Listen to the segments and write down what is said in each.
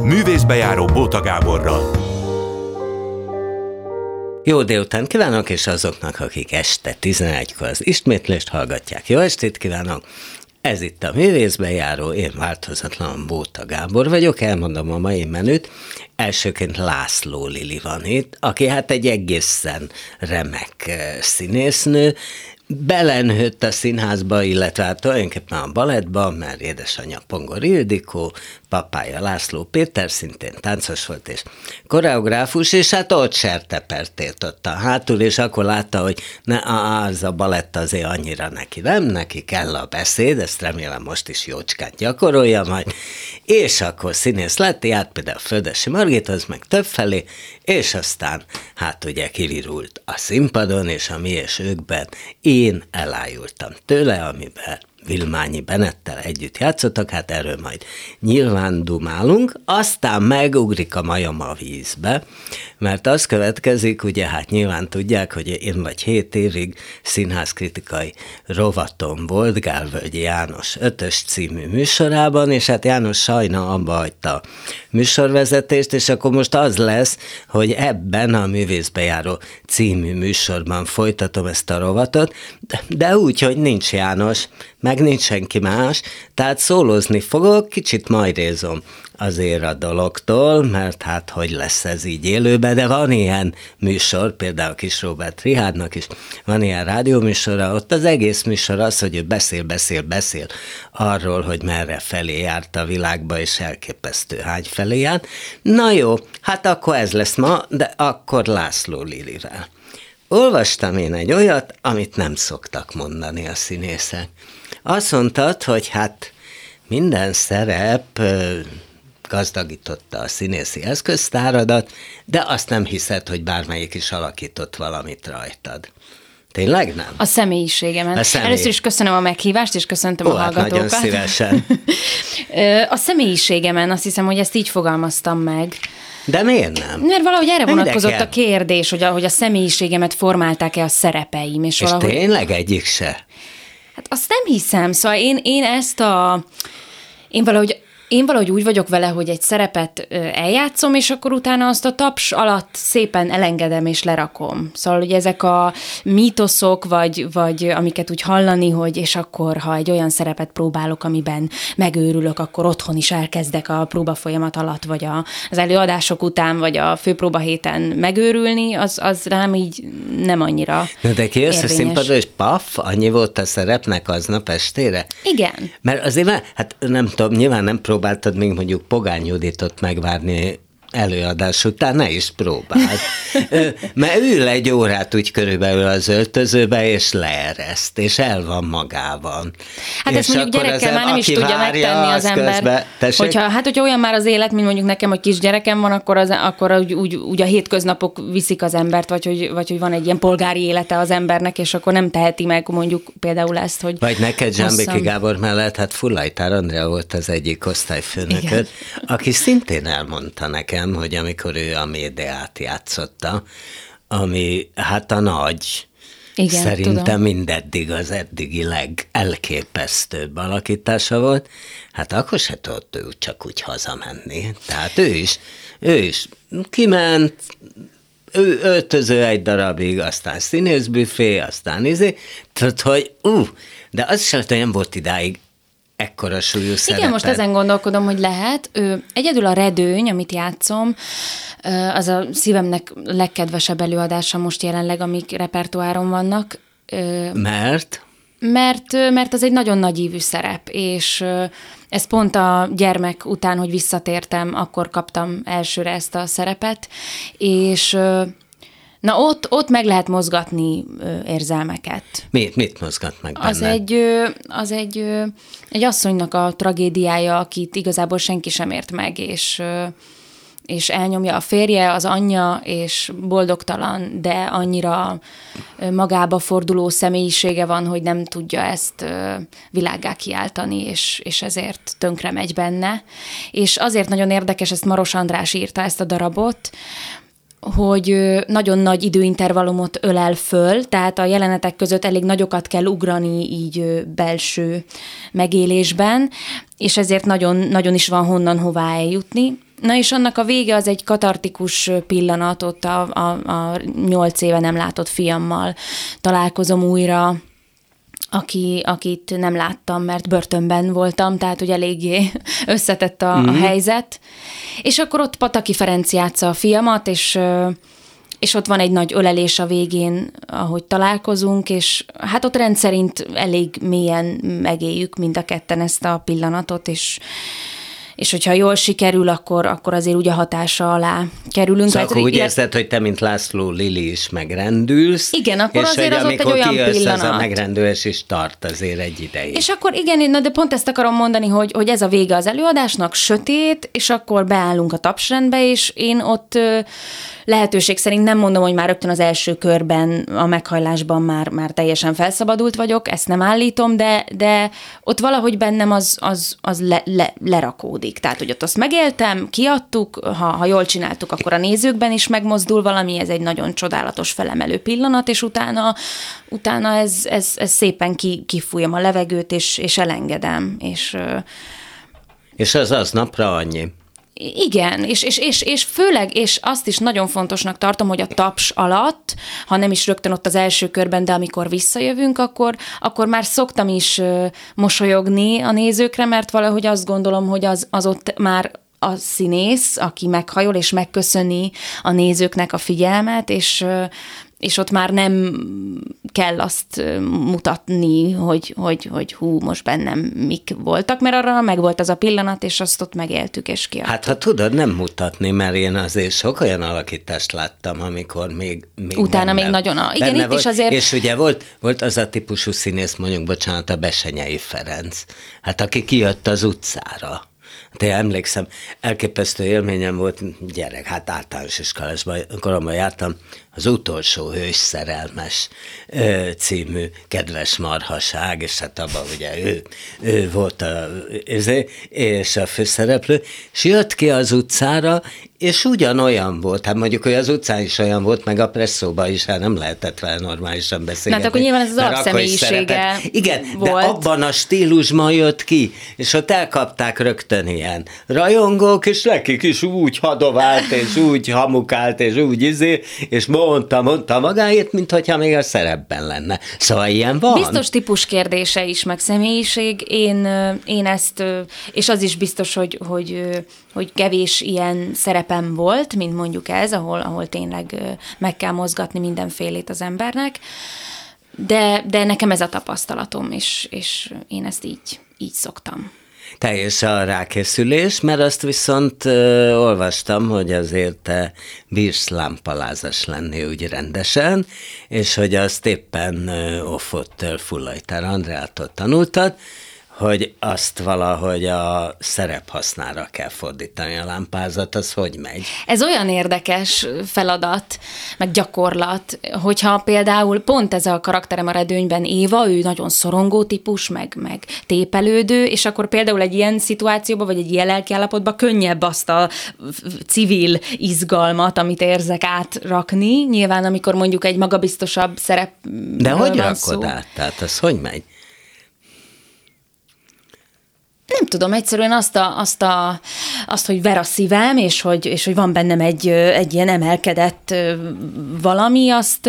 Művészbejáró Bóta Gáborral. Jó délután kívánok, és azoknak, akik este 11-kor az ismétlést hallgatják. Jó estét kívánok! Ez itt a Művészbejáró, én változatlan Bóta Gábor vagyok, elmondom a mai menüt. Elsőként László Lili van itt, aki hát egy egészen remek színésznő, belenőtt a színházba, illetve hát tulajdonképpen a balettba, mert édesanyja Pongor Ildikó, papája László Péter, szintén táncos volt és koreográfus, és hát ott sertepert ért hátul, és akkor látta, hogy az a balett azért annyira neki kell a beszéd, ezt remélem most is jócskán gyakorolja majd, és akkor színész lett, járt például Földesi Margithoz, meg többfelé, és aztán hát ugye kivirult a színpadon, és a Mi és őkben én elájultam tőle, amiben Vilmányi Benettel együtt játszottak, hát erről majd nyilván dumálunk, aztán megugrik a majom a vízbe, mert az következik, ugye hát nyilván tudják, hogy én vagy 7 évig színházkritikai rovatom volt Gálvölgyi János 5-ös című műsorában, és hát János sajna abba hagyta a műsorvezetést, és akkor most az lesz, hogy ebben a Művészbejáró című műsorban folytatom ezt a rovatot, de úgy, hogy nincs János, meg nincs senki más, tehát szólózni fogok, kicsit majrézom azért a dologtól, mert hát hogy lesz ez így élőben, de van ilyen műsor, például Kis Róbert Richardnak is van ilyen rádióműsora, ott az egész műsor az, hogy ő beszél arról, hogy merre felé járt a világba, és elképesztő hány felé járt. Na jó, hát akkor ez lesz ma, de akkor László Lilivel. Olvastam én egy olyat, amit nem szoktak mondani a színészek. Azt mondtad, hogy hát minden szerep gazdagította a színészi eszköztáradat, de azt nem hiszed, hogy bármelyik is alakított valamit rajtad. Tényleg nem? A személyiségemen. Először is köszönöm a meghívást, és köszöntöm a hallgatókat. Nagyon szívesen. A személyiségemen, azt hiszem, hogy ezt így fogalmaztam meg. De miért nem? Mert valahogy erre vonatkozott a kérdés, hogy a személyiségemet formálták-e a szerepeim. És valahogy... tényleg egyik se? Hát azt nem hiszem, szóval én valahogy úgy vagyok vele, hogy egy szerepet eljátszom, és akkor utána azt a taps alatt szépen elengedem és lerakom. Szóval, hogy ezek a mítoszok, vagy amiket úgy hallani, hogy és akkor, ha egy olyan szerepet próbálok, amiben megőrülök, akkor otthon is elkezdek a próbafolyamat alatt, vagy az előadások után, vagy a főpróbahéten megőrülni, az rám így nem annyira de kijössz a színpadra, és paf, annyi volt a szerepnek aznap estére? Igen. Mert azért, hát nem tudom, nyilván nem próbáltad még mondjuk Pogány Juditot megvárni előadás után, ne is próbáld. Mert ül egy órát úgy körülbelül az öltözőbe, és leereszt, és el van magában. Hát ezt mondjuk gyerekkel már nem is tudja megtenni az ember. Hogyha olyan már az élet, mint mondjuk nekem, hogy kisgyerekem van, akkor úgy a hétköznapok viszik az embert, vagy hogy van egy ilyen polgári élete az embernek, és akkor nem teheti meg mondjuk például ezt, hogy... Vagy neked Zsámbéki Gábor mellett, hát Fullajtár Andrea volt az egyik osztályfőnököd, aki szintén elmondta nekem, hogy amikor ő a Médeát játszotta, ami hát a nagy, igen, szerintem tudom, mindeddig az eddigi legelképesztőbb alakítása volt, hát akkor se tudott ő csak úgy hazamenni. Tehát ő is kiment, ő öltöző egy darabig, aztán színészbüfé, aztán tudod, hogy de az is olyan volt idáig ekkora súlyú szerepet. Igen, most ezen gondolkodom, hogy lehet. Egyedül a Redőny, amit játszom, az a szívemnek legkedvesebb előadása most jelenleg, amik repertoáron vannak. Mert? Mert az egy nagyon nagyívű szerep, és ez pont a gyermek után, hogy visszatértem, akkor kaptam elsőre ezt a szerepet, és... Na ott meg lehet mozgatni érzelmeket. Mit mozgat meg benned? Az egy asszonynak a tragédiája, akit igazából senki sem ért meg, és elnyomja a férje, az anyja, és boldogtalan, de annyira magába forduló személyisége van, hogy nem tudja ezt világgá kiáltani, és ezért tönkre megy benne. És azért nagyon érdekes, ezt Maros András írta, ezt a darabot, hogy nagyon nagy időintervallumot ölel föl, tehát a jelenetek között elég nagyokat kell ugrani így belső megélésben, és ezért nagyon, nagyon is van honnan hová eljutni. Na és annak a vége az egy katartikus pillanat, ott a 8 éve nem látott fiammal találkozom újra, akit nem láttam, mert börtönben voltam, tehát hogy eléggé összetett a helyzet. És akkor ott Pataki Ferenc játsza a fiamat, és ott van egy nagy ölelés a végén, ahogy találkozunk, és hát ott rendszerint elég mélyen megéljük mind a ketten ezt a pillanatot, és hogyha jól sikerül, akkor azért úgy a hatása alá kerülünk. Szóval akkor úgy érzed, hogy te, mint László Lili is megrendülsz. Igen, akkor azért az ott egy olyan pillanat. Ez a megrendülés is tart azért egy ideig. És akkor igen, de pont ezt akarom mondani, hogy ez a vége az előadásnak, sötét, és akkor beállunk a tapsrendbe, és én ott lehetőség szerint nem mondom, hogy már rögtön az első körben, a meghajlásban már teljesen felszabadult vagyok, ezt nem állítom, de ott valahogy bennem az lerakódik. Tehát, hogy ott azt megéltem, kiadtuk, ha jól csináltuk, akkor a nézőkben is megmozdul valami, ez egy nagyon csodálatos felemelő pillanat, és utána ez szépen kifújom a levegőt, és elengedem. És az aznapra annyi. Igen, és főleg, és azt is nagyon fontosnak tartom, hogy a taps alatt, ha nem is rögtön ott az első körben, de amikor visszajövünk, akkor már szoktam is mosolyogni a nézőkre, mert valahogy azt gondolom, hogy az ott már a színész, aki meghajol és megköszöni a nézőknek a figyelmet, és ott már nem kell azt mutatni, hogy hú, most bennem mik voltak, mert arra megvolt az a pillanat, és azt ott megéltük, és kiadtuk. Hát ha tudod, nem mutatni, mert én azért sok olyan alakítást láttam, amikor még utána még nagyon... Igen, itt volt, is azért... És ugye volt az a típusú színész, mondjuk, bocsánat, a Bessenyei Ferenc, hát aki kijött az utcára. Hát én emlékszem, elképesztő élményem volt, gyerek, hát általános iskolásban koromban jártam, az Utolsó hős szerelmes című kedves marhaság, és hát abban ugye ő volt és a főszereplő, és jött ki az utcára, és ugyanolyan volt, hát mondjuk, hogy az utcán is olyan volt, meg a presszóban is, hát nem lehetett vele normálisan beszélgetni. Hát akkor nyilván ez az alapszemélyisége igen, volt. De abban a stílusban jött ki, és ott elkapták rögtön ilyen rajongók, és nekik is úgy hadovált, és úgy hamukált, és úgy és mondta magáért, mintha még a szerepben lenne. Szóval ilyen van. Biztos típus kérdése is, meg személyiség. Én ezt, és az is biztos, hogy kevés ilyen szerepem volt, mint mondjuk ez, ahol tényleg meg kell mozgatni mindenfélét az embernek. De nekem ez a tapasztalatom, és én ezt így szoktam. Teljes a rákészülés, mert azt viszont olvastam, hogy azért te bírsz lámpalázas lenni úgy rendesen, és hogy azt éppen Offottől Fullajtár Andreától tanultad, hogy azt valahogy a szerephasznára kell fordítani a lámpázat, az hogy megy? Ez olyan érdekes feladat, meg gyakorlat, hogyha például pont ez a karakterem a Redőnyben Éva, ő nagyon szorongó típus, meg tépelődő, és akkor például egy ilyen szituációban, vagy egy ilyen lelkiállapotban könnyebb azt a civil izgalmat, amit érzek, átrakni. Nyilván, amikor mondjuk egy magabiztosabb szerep. De hogy rakod át? Tehát az hogy megy? Nem tudom, egyszerűen azt, hogy ver a szívem, és hogy van bennem egy ilyen emelkedett valami,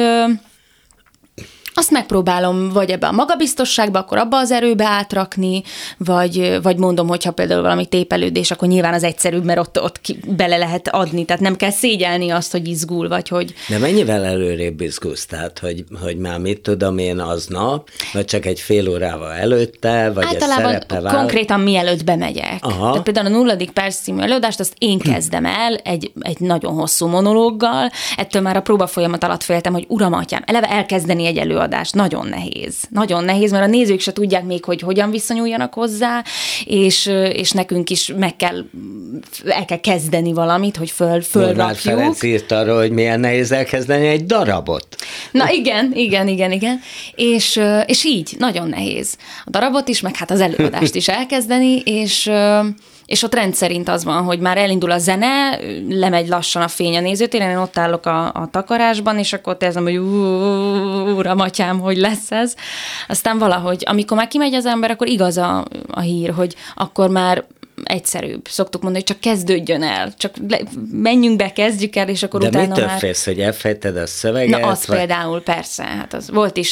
azt megpróbálom vagy ebbe a magabiztosságba, akkor abba az erőbe átrakni, vagy mondom, hogyha például valami tépelődés, akkor nyilván az egyszerűbb, mert ott bele lehet adni, tehát nem kell szégyelni azt, hogy izgul, vagy hogy... De mennyivel előrébb izgulsz? Tehát, hogy már mit tudom én aznap, vagy csak egy fél órával előtte, vagy általában ez szerepe vált? Konkrétan mielőtt bemegyek. Aha. Tehát például a 0. perc című előadást, azt én kezdem el egy nagyon hosszú monológgal, ettől már a próba folyamat alatt féltem, hogy uram, atyám, eleve elkezdeni egy előadást. Nagyon nehéz. Nagyon nehéz, mert a nézők se tudják még, hogy hogyan viszonyuljanak hozzá, és nekünk is el kell kezdeni valamit, hogy fölrakjuk. Már Ferenc írt arról, hogy milyen nehéz elkezdeni egy darabot. Na igen. És így, nagyon nehéz. A darabot is, meg hát az előadást is elkezdeni, és ott rendszerint az van, hogy már elindul a zene, lemegy lassan a fény a nézőtéren, én ott állok a takarásban, és akkor ott érzem, hogy uram, atyám, hogy lesz ez. Aztán valahogy, amikor már kimegy az ember, akkor igaz a hír, hogy akkor már egyszerűbb. Szoktuk mondani, hogy csak kezdődjön el, csak menjünk be, kezdjük el, és akkor de utána mitől félsz, hogy elfejted a szöveget? Na, az például persze, hát az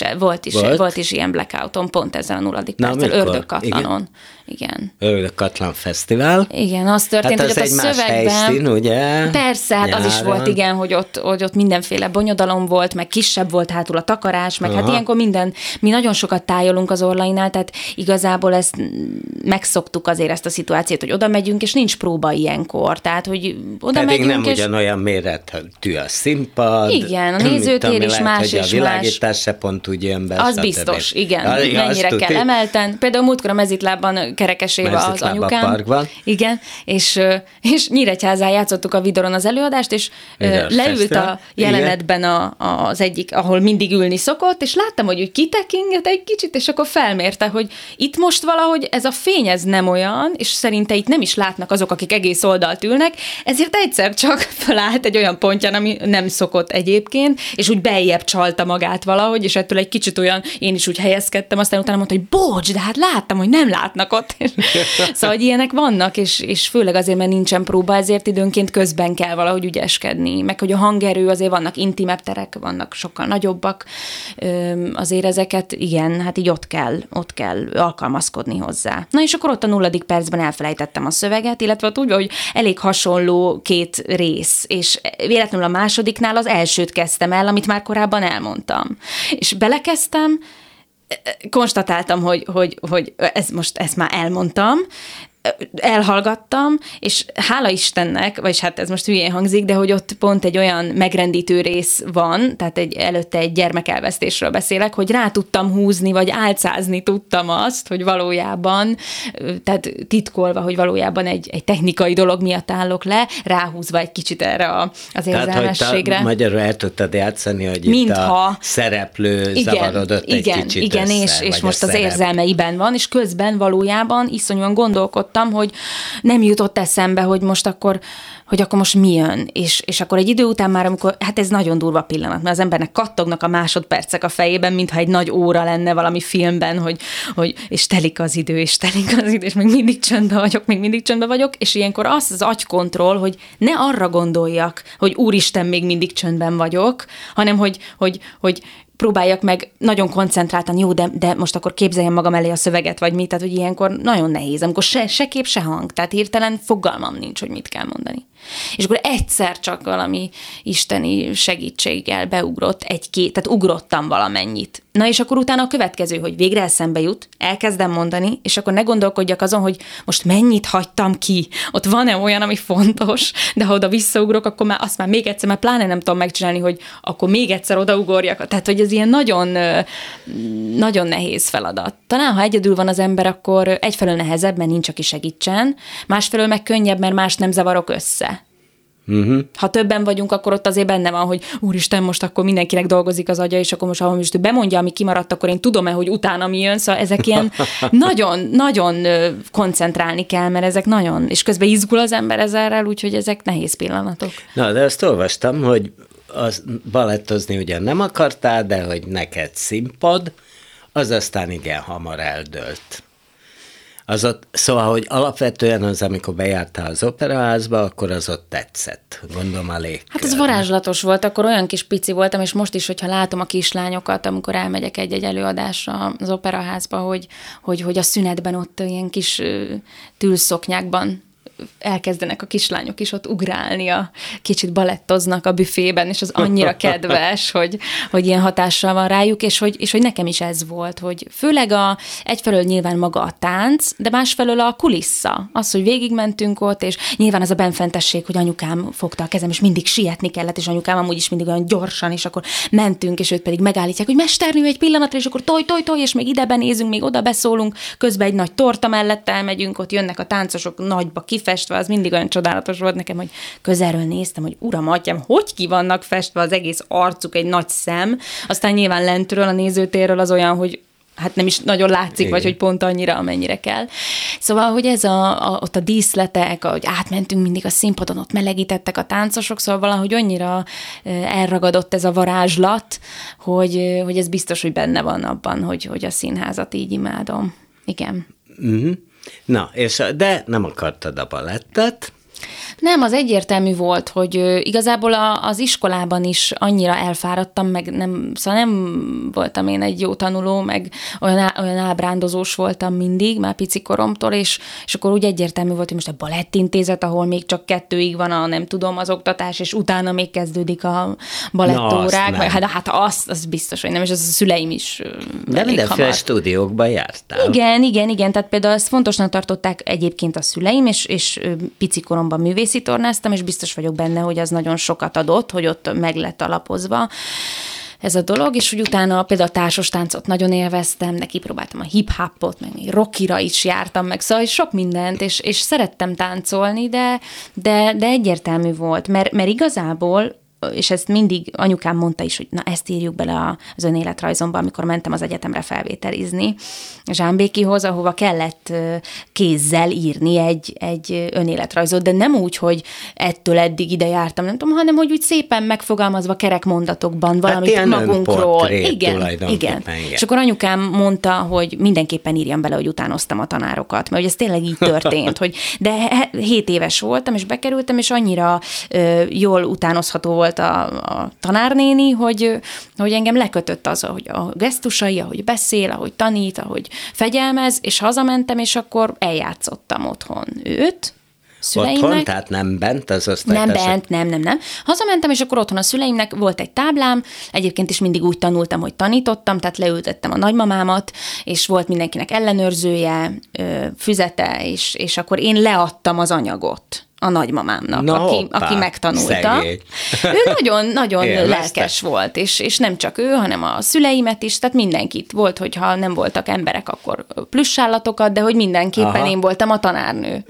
volt is ilyen blackouton, pont ezzel a 0. perccel, Ördögkatlanon. Igen. Ördögkatlan Fesztivál. Igen, az történt, hát az hogy ott a szövegben... helyszín, ugye? Persze, hát az is volt, igen, hogy ott mindenféle bonyodalom volt, meg kisebb volt hátul a takarás, meg hát ilyenkor mi nagyon sokat tájolunk az Orlainál, tehát igazából ezt megszoktuk azért ezt a szituációt, hogy oda megyünk, és nincs próba ilyenkor, tehát hogy oda pedig megyünk, nem ugyanolyan méretű a színpad. Igen, a nézőtér is más és más. A világítás se pont úgy jön be. Az biztos, igen. Mennyire kell emelten. Például múltkor a Mezitlábban kerekeséve az anyukám. Parkban. Igen, és Nyíregyházán játszottuk a Vidoron az előadást, és leült a jelenetben az egyik, ahol mindig ülni szokott, és láttam, hogy úgy kitekinget egy kicsit, és akkor felmérte, hogy itt most valahogy ez a fény, ez nem olyan, és szerinte itt nem is látnak azok, akik egész oldalt ülnek, ezért egyszer csak felállt egy olyan pontján, ami nem szokott egyébként, és úgy beljebb csalta magát valahogy, és ettől egy kicsit olyan, én is úgy helyezkedtem, aztán utána mondta, hogy bocs, de hát láttam, hogy nem látnak ott. Szóval, hogy ilyenek vannak, és főleg azért, mert nincsen próba, ezért időnként közben kell valahogy ügyeskedni, meg hogy a hangerő, azért vannak intimebb terek, vannak sokkal nagyobbak, azért ezeket, igen, hát így ott kell alkalmazkodni hozzá. Na és akkor ott a 0. percben elfelejtettem a szöveget, illetve ott úgy, hogy elég hasonló két rész, és véletlenül a másodiknál az elsőt kezdtem el, amit már korábban elmondtam. És belekezdtem, konstatáltam, hogy ezt már elmondtam, elhallgattam, és hála Istennek, vagyis hát ez most hülyén hangzik, de hogy ott pont egy olyan megrendítő rész van, tehát előtte egy gyermekelvesztésről beszélek, hogy rá tudtam húzni, vagy álcázni tudtam azt, hogy valójában, tehát titkolva, hogy valójában egy technikai dolog miatt állok le, ráhúzva egy kicsit erre az érzelmességre. Tehát, hogy magyarul el tudtad játszani, hogy itt a szereplő zavarodott egy kicsit igen, össze, és most az érzelmeiben van, és közben valójában iszonyúan gondolkodtam, hogy nem jutott eszembe, hogy most akkor most mi jön. És akkor egy idő után már, amikor, hát ez nagyon durva pillanat, mert az embernek kattognak a másodpercek a fejében, mintha egy nagy óra lenne valami filmben, hogy és telik az idő, és még mindig csöndben vagyok, és ilyenkor az agykontroll, hogy ne arra gondoljak, hogy úristen, még mindig csöndben vagyok, hanem hogy próbáljak meg nagyon koncentráltan, jó, de most akkor képzeljem magam elé a szöveget, vagy mit, tehát hogy ilyenkor nagyon nehéz, amikor se kép, se hang, tehát hirtelen fogalmam nincs, hogy mit kell mondani. És akkor egyszer csak valami isteni segítséggel beugrott tehát ugrottam valamennyit. Na és akkor utána a következő, hogy végre eszembe jut, elkezdem mondani, és akkor ne gondolkodjak azon, hogy most mennyit hagytam ki, ott van-e olyan, ami fontos, de ha oda visszaugrok, akkor már azt már még egyszer, már pláne nem tudom megcsinálni, hogy akkor még egyszer odaugorjak. Tehát, hogy ez ilyen nagyon, nagyon nehéz feladat. Talán, ha egyedül van az ember, akkor egyfelől nehezebb, mert nincs, aki segítsen, másfelől meg könnyebb, mert más nem zavarok össze. Uh-huh. Ha többen vagyunk, akkor ott azért benne van, hogy úristen, most akkor mindenkinek dolgozik az agya, és akkor most, ha most ő bemondja, ami kimaradt, akkor én tudom-e, hogy utána mi jön, szóval ezek ilyen nagyon koncentrálni kell, mert ezek nagyon, és közben izgul az ember ezerrel, úgyhogy ezek nehéz pillanatok. Na, de azt olvastam, hogy balettozni ugye nem akartál, de hogy neked színpad, az aztán igen hamar eldőlt. Szóval, hogy alapvetően az, amikor bejártál az operaházba, akkor az ott tetszett, gondolom a légkör. Hát ez varázslatos volt, akkor olyan kis pici voltam, és most is, hogyha látom a kislányokat, amikor elmegyek egy előadásra az operaházba, hogy a szünetben ott ilyen kis tülszoknyákban elkezdenek a kislányok is ott ugrálni, kicsit balettoznak a büfében, és az annyira kedves, hogy ilyen hatással van rájuk, és hogy nekem is ez volt, hogy főleg egyfelől nyilván maga a tánc, de másfelől a kulissza. Az, hogy végigmentünk ott, és nyilván az a benfentesség, hogy anyukám fogta a kezem, és mindig sietni kellett, és anyukám amúgy is mindig olyan gyorsan, és akkor mentünk, és őt pedig megállítják, hogy mesternő egy pillanatra, és akkor toj, és még ide benézünk, még oda beszólunk, közben egy nagy torta mellett elmegyünk, ott jönnek a táncosok nagyba kifestve, az mindig olyan csodálatos volt nekem, hogy közelről néztem, hogy uram, atyám, hogy ki vannak festve az egész arcuk, egy nagy szem, aztán nyilván lentről, a nézőtérről az olyan, hogy hát nem is nagyon látszik, igen, vagy hogy pont annyira, amennyire kell. Szóval, hogy ez ott a díszletek, ahogy átmentünk mindig a színpadon, ott melegítettek a táncosok, szóval valahogy annyira elragadott ez a varázslat, hogy ez biztos, hogy benne van abban, hogy a színházat így imádom. Igen. Uh-huh. Na, de nem akartad a balettet. Nem, az egyértelmű volt, hogy igazából az iskolában is annyira elfáradtam, meg szóval nem voltam én egy jó tanuló, meg olyan ábrándozós voltam mindig, már pici koromtól, és akkor úgy egyértelmű volt, hogy most a balettintézet, ahol még csak 2-ig van nem tudom, az oktatás, és utána még kezdődik a balettórák, hát az biztos, hogy nem, és az a szüleim is de mindenféle stúdiókban jártál. Igen, tehát például ezt fontosnak tartották egyébként a szüleim, és pici koromban művészi tornáztam, és biztos vagyok benne, hogy az nagyon sokat adott, hogy ott meg lett alapozva ez a dolog, és hogy utána például a társas táncot nagyon élveztem, de kipróbáltam a hip-hopot, meg még rockira is jártam, meg szóval sok mindent, és szerettem táncolni, de egyértelmű volt, mert igazából, és ezt mindig anyukám mondta is, hogy na ezt írjuk bele az önéletrajzomba, amikor mentem az egyetemre felvételizni Zsámbékihoz, ahova kellett kézzel írni egy önéletrajzot, de nem úgy, hogy ettől eddig ide jártam, nem tudom, hanem hogy úgy szépen megfogalmazva kerek mondatokban valamit hát magunkról. Igen. És akkor anyukám mondta, hogy mindenképpen írjam bele, hogy utánoztam a tanárokat, mert ez tényleg így történt, de 7 éves voltam, és bekerültem, és annyira jól utánozható volt a tanárnéni, hogy engem lekötött az, hogy a gesztusai, ahogy beszél, ahogy tanít, ahogy fegyelmez, és hazamentem, és akkor eljátszottam otthon őt, szüleimnek. Otthon? Tehát nem bent az osztálytársak? Nem. Hazamentem, és akkor otthon a szüleimnek volt egy táblám, egyébként is mindig úgy tanultam, hogy tanítottam, tehát leültettem a nagymamámat, és volt mindenkinek ellenőrzője, füzete, és akkor én leadtam az anyagot a nagymamámnak, aki megtanulta. Szegény. Ő nagyon lelkes volt, és nem csak ő, hanem a szüleimet is, tehát mindenkit volt, hogyha nem voltak emberek, akkor plüssállatokat, de hogy mindenképpen én voltam a tanárnő.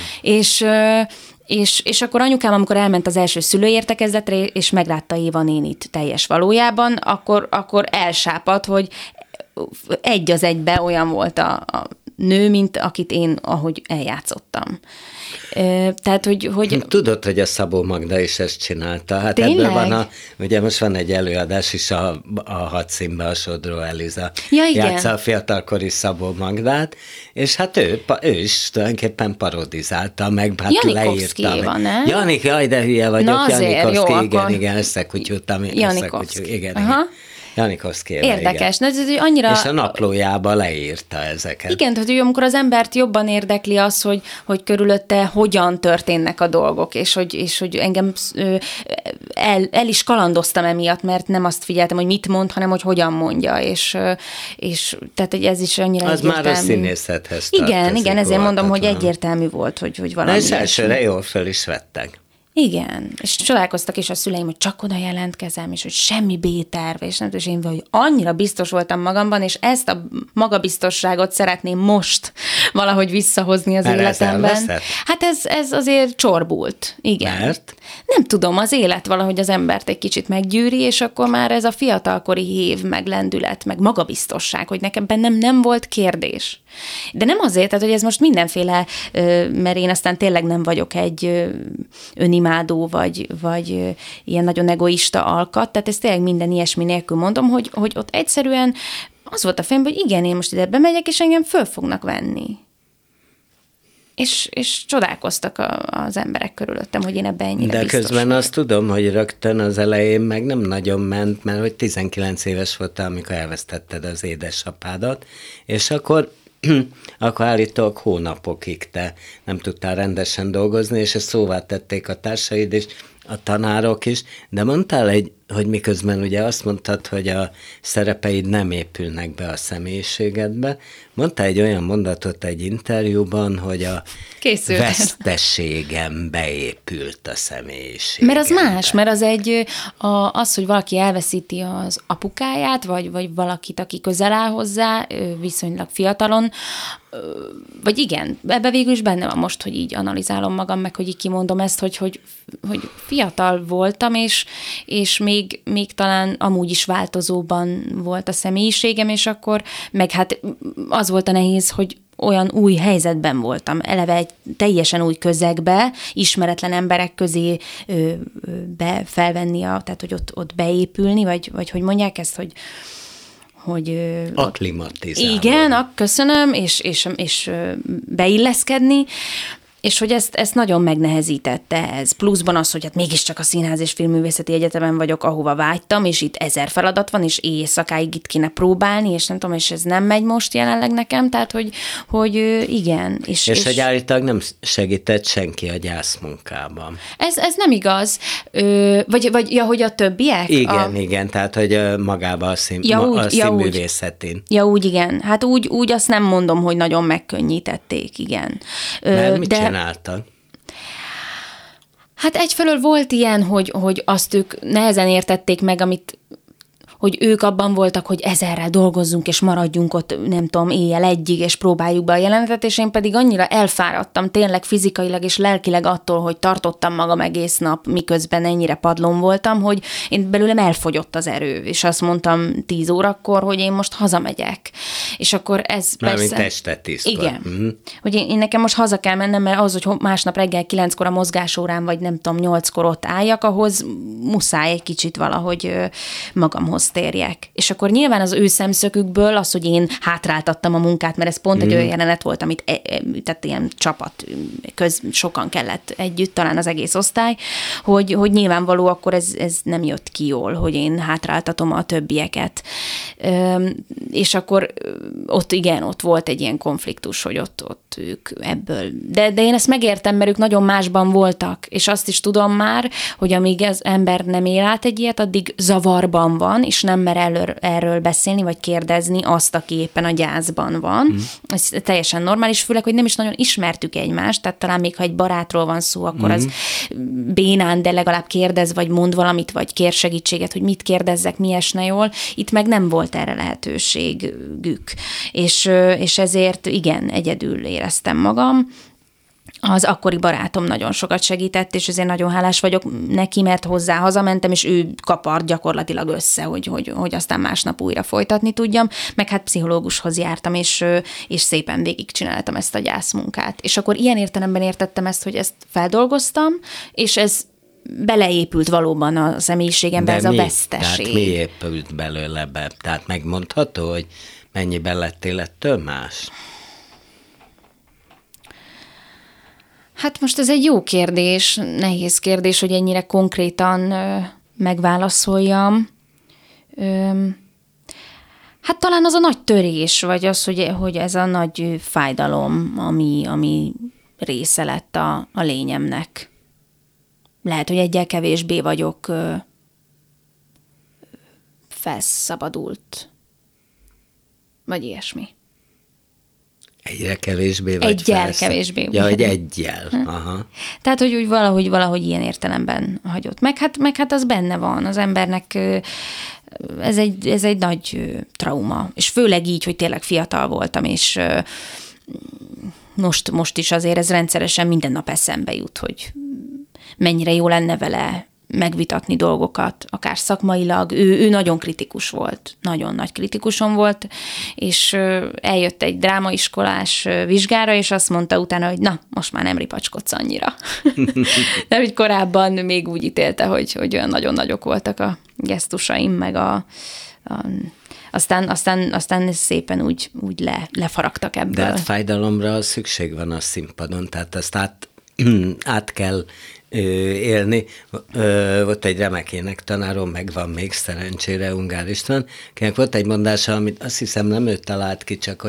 És akkor anyukám, amikor elment az első szülőértekezletre, és meglátta Éva nénit teljes valójában, akkor elsápadt, hogy egy az egybe olyan volt a nő, mint akit én, ahogy eljátszottam. Tehát, hogy... Tudod, hogy a Szabó Magda is ezt csinálta. Hát tényleg? Ebből van ugye most van egy előadás is a Hadszínben, a Sodró Eliza játsza a fiatalkori Szabó Magdát, és hát ő is tulajdonképpen parodizálta, meg hát Janikovszky leírta. Van, ne? Janik, jaj, de hülye vagyok. Na azért, jó, igen, összekutyultam. Igen. Janikovszky. Érdekes. Igen. Annyira... És a naplójába leírta ezeket. Igen, tehát amikor az embert jobban érdekli az, hogy körülötte hogyan történnek a dolgok, és hogy engem el is kalandoztam emiatt, mert nem azt figyeltem, hogy mit mond, hanem hogy hogyan mondja, és tehát hogy ez is annyira az egyértelmű. Az már a színészethez tartozik. Igen, ezért mondom, hogy egyértelmű volt, hogy valami. Na és elsőre jól föl is vettek. Igen, és csodálkoztak is a szüleim, hogy csak oda jelentkezem, és hogy semmi B-terv, és nem tudom, és én hogy annyira biztos voltam magamban, és ezt a magabiztosságot szeretném most valahogy visszahozni az életemben. Hát ez azért csorbult, igen. Mert? Nem tudom, az élet valahogy az embert egy kicsit meggyűri, és akkor már ez a fiatalkori hív, meg lendület, meg magabiztosság, hogy nekem bennem nem volt kérdés. De nem azért, tehát, hogy ez most mindenféle, mert én aztán tényleg nem vagyok egy önimádó, vagy ilyen nagyon egoista alkat, tehát ez tényleg minden ilyesmi nélkül mondom, hogy ott egyszerűen az volt a fejemben, hogy igen, én most ide bemegyek, és engem föl fognak venni. És csodálkoztak az emberek körülöttem, hogy én ebben ennyire biztos. De közben vagyok. azt tudom, hogy rögtön az elején meg nem nagyon ment, mert hogy 19 éves voltál, amikor elvesztetted az édesapádat, és akkor állítólag hónapokig te nem tudtál rendesen dolgozni, és ezt szóvá tették a társaid és a tanárok is, de mondtál hogy miközben ugye azt mondtad, hogy a szerepeid nem épülnek be a személyiségedbe, mondtál egy olyan mondatot egy interjúban, hogy a veszteségem beépült a személyiségembe. Mert az más, mert az az, hogy valaki elveszíti az apukáját, vagy valakit, aki közel áll hozzá, viszonylag fiatalon, vagy igen, ebbe végül is benne van most, hogy így analizálom magam, meg hogy így kimondom ezt, hogy fiatal voltam, és még talán amúgy is változóban volt a személyiségem, és akkor meg hát az volt a nehéz, hogy olyan új helyzetben voltam, eleve egy teljesen új közegbe, ismeretlen emberek közé felvenni, tehát hogy ott beépülni, vagy hogy mondják ezt, akklimatizálni. Igen, köszönöm, és beilleszkedni, és hogy ezt nagyon megnehezítette ez. Pluszban az, hogy hát mégiscsak a Színház és Filmművészeti Egyetemen vagyok, ahova vágytam, és itt 1000 feladat van, és éjszakáig itt kéne próbálni, és nem tudom, és ez nem megy most jelenleg nekem, tehát hogy igen. És hogy állítólag nem segített senki a gyászmunkában. Ez nem igaz. Hogy a többiek? Igen, tehát hogy magában a színművészetén. Ja, úgy igen. Hát úgy azt nem mondom, hogy nagyon megkönnyítették, igen. Mert mit csináltak? Hát egyfelől volt ilyen, hogy azt ők nehezen értették meg, hogy ők abban voltak, hogy 1000-rel dolgozzunk, és maradjunk ott, nem tudom, éjjel 1-ig, és próbáljuk be a jelenetet, és én pedig annyira elfáradtam tényleg fizikailag és lelkileg attól, hogy tartottam magam egész nap, miközben ennyire padlón voltam, hogy én belőlem elfogyott az erő, és azt mondtam 10 órakor, hogy én most hazamegyek. És akkor ez mármint este 10-kor. Igen. Mm-hmm. Hogy én nekem most haza kell mennem, mert az, hogy másnap reggel 9-kor a mozgásórán, vagy nem tudom, 8-kor ott álljak, ahhoz muszáj egy kicsit valahogy magamhoz térjek. És akkor nyilván az ő szemszögükből az, hogy én hátráltattam a munkát, mert ez pont egy olyan jelenet volt, amit tehát ilyen csapat sokan kellett együtt, talán az egész osztály, hogy nyilvánvaló akkor ez nem jött ki jól, hogy én hátráltatom a többieket. És akkor ott volt egy ilyen konfliktus, hogy ott ők ebből. De én ezt megértem, mert ők nagyon másban voltak, és azt is tudom már, hogy amíg az ember nem él át egy ilyet, addig zavarban van, és nem mer erről beszélni, vagy kérdezni azt, aki éppen a gyászban van. Ez teljesen normális, főleg, hogy nem is nagyon ismertük egymást, tehát talán még ha egy barátról van szó, akkor az bénán, de legalább kérdez, vagy mond valamit, vagy kér segítséget, hogy mit kérdezzek, mi esne jól. Itt meg nem volt erre lehetőségük. És ezért igen, egyedül éreztem magam. Az akkori barátom nagyon sokat segített, és ezért nagyon hálás vagyok neki, mert hozzá hazamentem, és ő kapart gyakorlatilag össze, hogy aztán másnap újra folytatni tudjam, meg hát pszichológushoz jártam, és szépen végigcsináltam ezt a gyászmunkát. És akkor ilyen értelemben értettem ezt, hogy ezt feldolgoztam, és ez beleépült valóban a személyiségembe, ez a veszteség. Tehát mi épült belőle be? Tehát megmondható, hogy mennyiben lettél ettől más? Hát most ez egy jó kérdés, nehéz kérdés, hogy ennyire konkrétan megválaszoljam. Hát talán az a nagy törés, vagy az, hogy ez a nagy fájdalom, ami része lett a lényemnek. Lehet, hogy egyel kevésbé vagyok felszabadult, vagy ilyesmi. Egyre kevésbé vagy egyel kevésbé. Ja, hogy egyel. Aha. Tehát, hogy úgy valahogy ilyen értelemben hagyott. Meg hát az benne van. Az embernek ez egy nagy trauma. És főleg így, hogy tényleg fiatal voltam, és most is azért ez rendszeresen minden nap eszembe jut, hogy mennyire jó lenne vele megvitatni dolgokat, akár szakmailag. Ő nagyon kritikus volt, nagyon nagy kritikusom volt, és eljött egy drámaiskolás vizsgára, és azt mondta utána, hogy na, most már nem ripacskodsz annyira. De hogy korábban még úgy ítélte, hogy olyan nagyon nagyok voltak a gesztusaim, meg aztán szépen úgy lefaragtak ebből. De hát fájdalomra szükség van a színpadon, tehát ezt át kell élni. Volt egy remek énektanárom, megvan még szerencsére, Ungár István, akinek volt egy mondása, amit azt hiszem nem ő talált ki, csak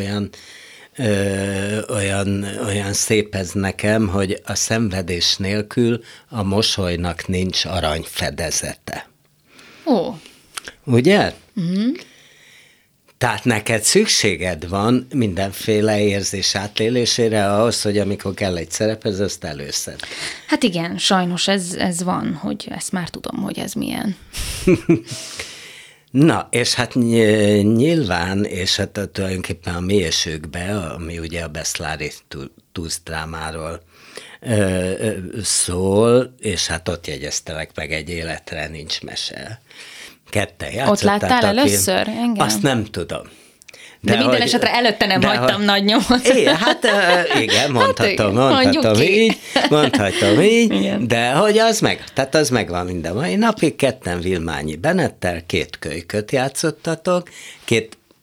olyan szép ez nekem, hogy a szenvedés nélkül a mosolynak nincs aranyfedezete. Ó. Ugye? Mm-hmm. Tehát neked szükséged van mindenféle érzés átélésére ahhoz, hogy amikor kell egy szerephez, azt előszed. Hát igen, sajnos ez van, hogy ezt már tudom, hogy ez milyen. Na, és hát nyilván, és hát tulajdonképpen a mélyesőkbe, ami ugye a Beszlári Tusz drámáról szól, és hát ott jegyeztelek meg Egy életre nincs mese. Ketten játszottál. Ott láttál először engem? Azt nem tudom. De minden esetre előtte nem hagytam nagy nyomot. Hát igen, mondhatom így, igen. De hogy az megvan mind a mai napig, ketten Vilmányi Benettel, 2 kölyköt játszottatok, 2